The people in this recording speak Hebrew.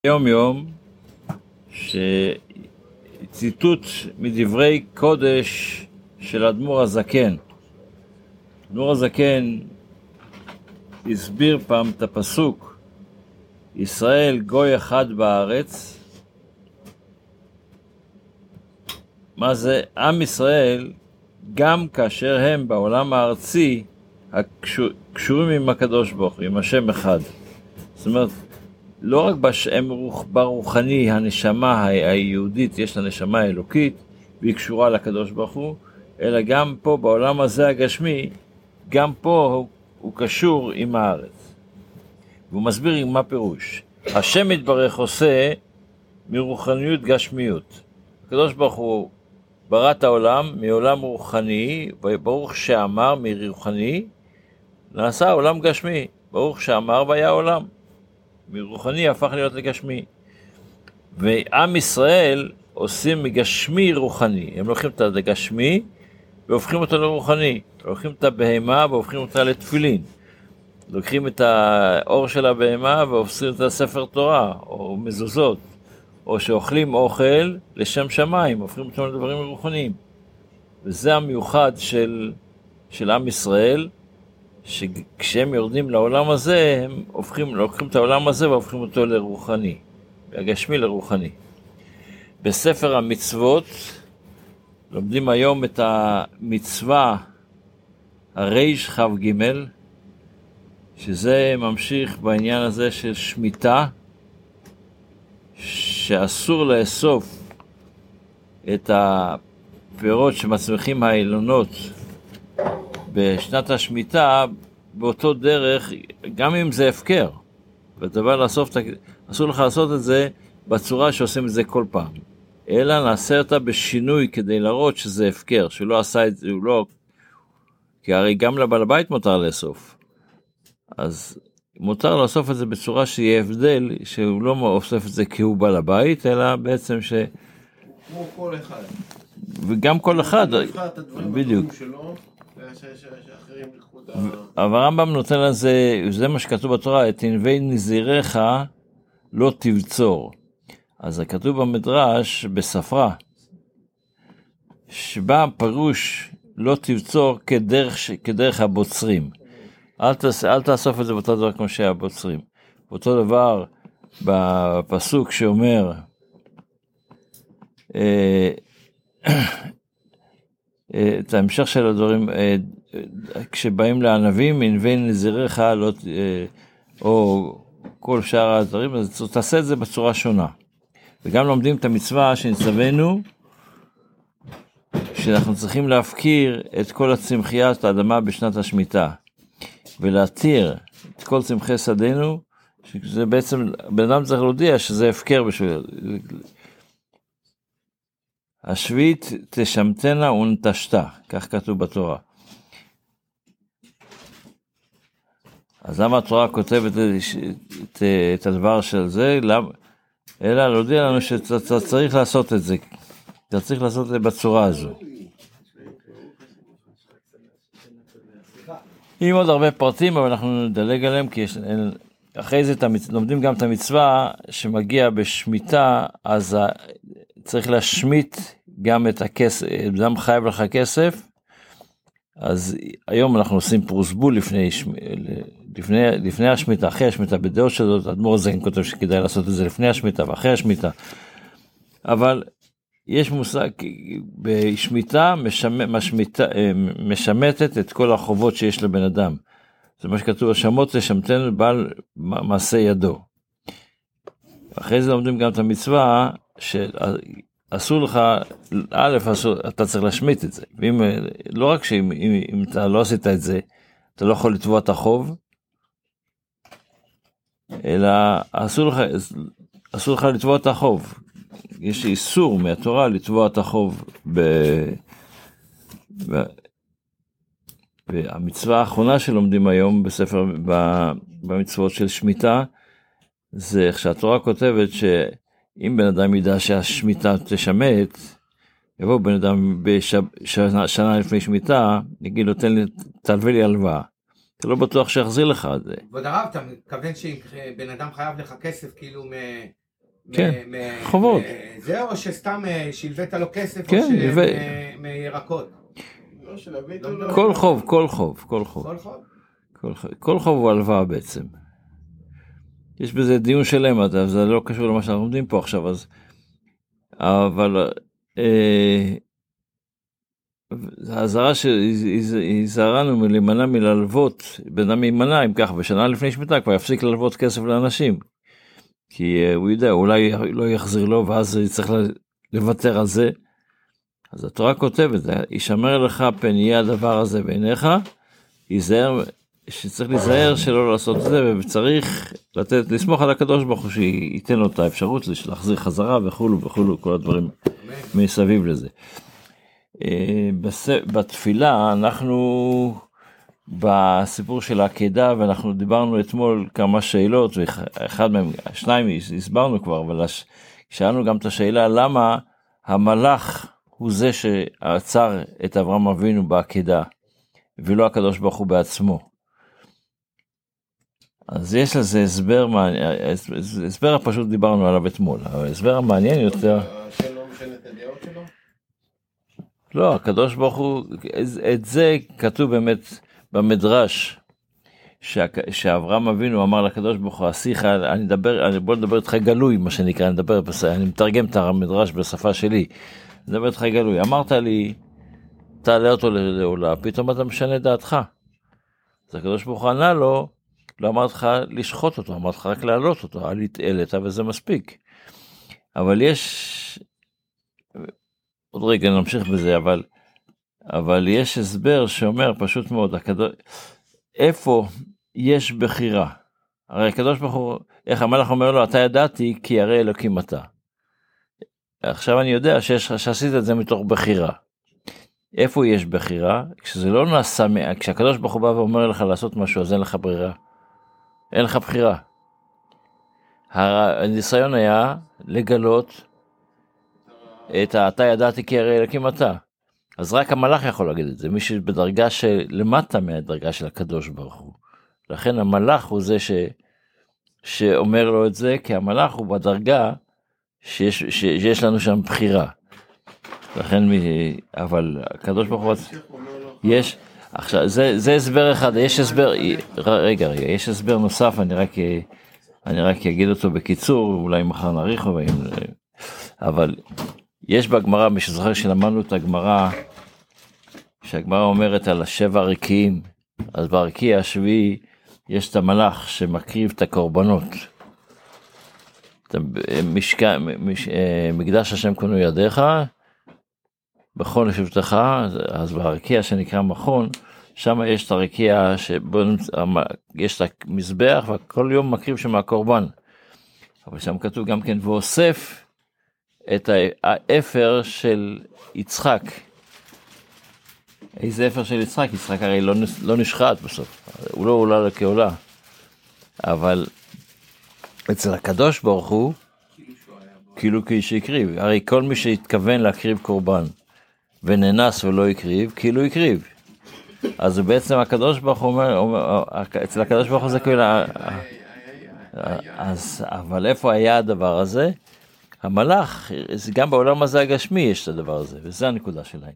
יום יום שציטוט מדברי קודש של אדמו"ר הזקן. אדמו"ר הזקן הסביר פעם את הפסוק ישראל גוי אחד בארץ. מה זה? עם ישראל גם כאשר הם בעולם הארצי קשורים עם הקדוש ברוך הוא, עם השם אחד. זאת אומרת, לא רק ברוחני, הנשמה היהודית, יש לה נשמה האלוקית, והיא קשורה לקדוש ברוך הוא, אלא גם פה, בעולם הזה הגשמי, גם פה הוא קשור עם הארץ. והוא מסביר מה פירוש. השם יתברך עושה מרוחניות גשמיות. הקדוש ברוך הוא ברא את העולם מעולם רוחני, ברוך שאמר מרוחני, נעשה עולם גשמי. ברוך שאמר והיה עולם. מרוחני הפך להיות לגשמי. ועם ישראל עושים מגשמי רוחני. הם לוקחים את הגשמי והופכים אותו לרוחני. לוקחים את הבהמה והופכים אותה לתפילין. לוקחים את האור של הבהמה והופכים את הספר תורה או מזוזות. או שאוכלים אוכל לשם שמיים, הופכים אותם לדברים רוחניים. וזה המיוחד של עם ישראל, שכשהם יורדים לעולם הזה, הם לוקחים את העולם הזה והופכים אותו לרוחני, הגשמי לרוחני. בספר המצוות, לומדים היום את המצווה הריש חב ג', שזה ממשיך בעניין הזה של שמיטה, שאסור לאסוף את הפירות שמצמיחים האילונות בשנת השמיטה באותו דרך, גם אם זה הפקר. ודבר אסור לך לעשות את זה בצורה שעושים את זה כל פעם. אלא נעשה אותה בשינוי כדי להראות שזה הפקר, שלא עשה את זה, הוא לא... כי הרי גם לבעל הבית מותר לאסוף. אז מותר לאסוף את זה בצורה שיהיה הבדל, שהוא לא אוסף את זה כי הוא בעל הבית, אלא בעצם כמו כל אחד. וגם כל אחד, בדיוק. אבל הרמב"ם נותן לזה, זה מה שכתוב בתורה, את ענבי נזירך לא תבצור. אז זה כתוב במדרש בספרה, שבא פירוש לא תבצור כדרך הבוצרים. אל תאסוף את זה באותו דבר כמו שהבוצרים. באותו דבר בפסוק שאומר, את ההמשך של הדברים, כשבאים לענבים, ענבי נזירך, או כל שאר הדברים, אז תעשה את זה בצורה שונה. וגם לומדים את המצווה שנצטווינו, שאנחנו צריכים להפקיר את כל הצמחיית האדמה בשנת השמיטה, ולהתיר את כל צמחי שדנו, שזה בעצם, בן אדם צריך להודיע שזה הפקר בשביל... השביעית תשמתנה ונטשתה, כך כתוב בתורה. אז למה התורה כותבת את הדבר של זה? אלא להודיע לנו שאתה צריך לעשות את זה. אתה צריך לעשות את זה בצורה הזו. עם עוד הרבה פרטים, אבל אנחנו נדלג עליהם, כי אחרי זה לומדים גם את המצווה שמגיע בשמיטה, אז צריך להשמיט גם את הכסף, אדם חייב לך כסף, אז היום אנחנו עושים פרוסבול לפני השמיטה, אחרי השמיטה, בדעות שזאת, אדמו"ר הזקן כותב שכדאי לעשות את זה לפני השמיטה ואחרי השמיטה, אבל יש מושג, בשמיטה משמטת את כל החובות שיש לבן אדם, זה מה שכתוב, השמות לשמתנו בעל מעשה ידו. אחרי זה לומדים גם את המצווה, שאסור לך, אתה צריך להשמיט את זה, לא רק שאם אתה לא עשית את זה, אתה לא יכול לתבוע את החוב, אלא אסור לך לתבוע את החוב. יש איסור מהתורה לתבוע את החוב והמצווה האחרונה שלומדים היום בספר, במצוות של שמיטה, זה איך שהתורה כותבת שאם בן אדם ידע שהשמיטה תשמט, יבוא בן אדם שנה לפני שמיטה, יגיד לו תלווה לי הלוואה. אתה לא בטוח שיחזיר לך את זה. כבוד הרב, אתה מתכוון שאם בן אדם חייב לך כסף כאילו כן, חובות. זה או שסתם שלבאת לו כסף כן, או מירקות? כל חוב, כל חוב. כל חוב? כל חוב הוא הלוואה בעצם. יש בזה דיון שלם, זה לא קשור למה שאנחנו עומדים פה עכשיו, אז... אבל... ההזרה שהזהרנו מלהימנע מללוות, בן אדם יימנע אם כך, בשנה לפני שמיטה כבר יפסיק ללוות כסף לאנשים. כי הוא יודע, אולי לא יחזיר לו, ואז יצטרך לוותר על זה. אז התורה כותבת, ישמר לך פן יהיה הדבר הזה בעיניך, שצריך להיזהר שלא לעשות את זה, וצריך לסמוך על הקדוש ברוך הוא, שייתן לו את האפשרות להחזיר חזרה וכולו, כל הדברים מסביב לזה. בתפילה אנחנו בסיפור של העקדה, ואנחנו דיברנו אתמול כמה שאלות, ואחד מהם, שניים הסברנו כבר, אבל שאלנו גם את השאלה למה המלאך הוא זה שעצר את אברהם אבינו בעקדה, ולא הקדוש ברוך הוא בעצמו. אז יש לזה הסבר, הסבר הפשוט דיברנו עליו אתמול, אבל הסבר המעניין יותר... השם לא משנה את הדעות שלו? לא, הקדוש ברוך הוא, את זה כתוב באמת במדרש, שאברהם אבינו אמר לקדוש ברוך הוא, השיחה, בוא נדבר איתך גלוי, מה שנקרא, אני מתרגם את המדרש בשפה שלי, נדבר איתך גלוי, אמרת לי, תעלה אותו לעולה, פתאום אתה משנה דעתך. אז הקדוש ברוך הוא ענה לו, לא אמרת לך לשחוט אותו, אמרת לך רק להעלות אותו, העלית וזה מספיק. אבל יש, עוד רגע נמשיך בזה, אבל יש הסבר שאומר פשוט מאוד, איפה יש בחירה? הרי הקדוש ברוך הוא, איך המלאך אומר לו, אתה ידעתי כי הרי אלוקים אתה. עכשיו אני יודע שעשית את זה מתוך בחירה. איפה יש בחירה? כשזה לא נעשה, כשהקדוש ברוך הוא בא ואומר לך לעשות משהו, אז אין לך ברירה. אין לך בחירה. הניסיון היה לגלות את אתה ידעתי כי הרי אלוקים אתה. אז רק המלאך יכול להגיד את זה, מי שבדרגה שלמטה מהדרגה של הקדוש ברוך הוא. לכן המלאך הוא זה שאומר לו את זה, כי המלאך הוא בדרגה שיש לנו שם בחירה. לכן, אבל הקדוש ברוך הוא, יש, עכשיו, זה הסבר אחד, יש הסבר, רגע, יש הסבר נוסף, אני רק אגיד אותו בקיצור, אולי מחר נאריכו, אבל יש בגמרא, מי שזוכר שלמדנו את הגמרא, שהגמרא אומרת על 7 הרקיעים, אז ברקיע השביעי יש את המלאך שמקריב את הקורבנות. מקדש השם קונו ידיך, בכל לשבתך, אז ברקיע שנקרא מכון, שם יש את הרקיע, יש את המזבח, וכל יום מקריב שם הקורבן. אבל שם כתוב גם כן, ואוסף את האפר של יצחק. איזה אפר של יצחק? יצחק הרי לא נשחט בסוף, הוא לא עולה כעולה. אבל אצל הקדוש ברוך הוא, כאילו שהקריב. הרי כל מי שהתכוון להקריב קורבן, וננס ולא הקריב, כאילו הקריב. אז בעצם הקדוש ברוך הוא אומר, אצל הקדוש ברוך הוא זה כאילו, אבל איפה היה הדבר הזה? המלאך, גם בעולם הזה הגשמי יש את הדבר הזה, וזה הנקודה שלהם.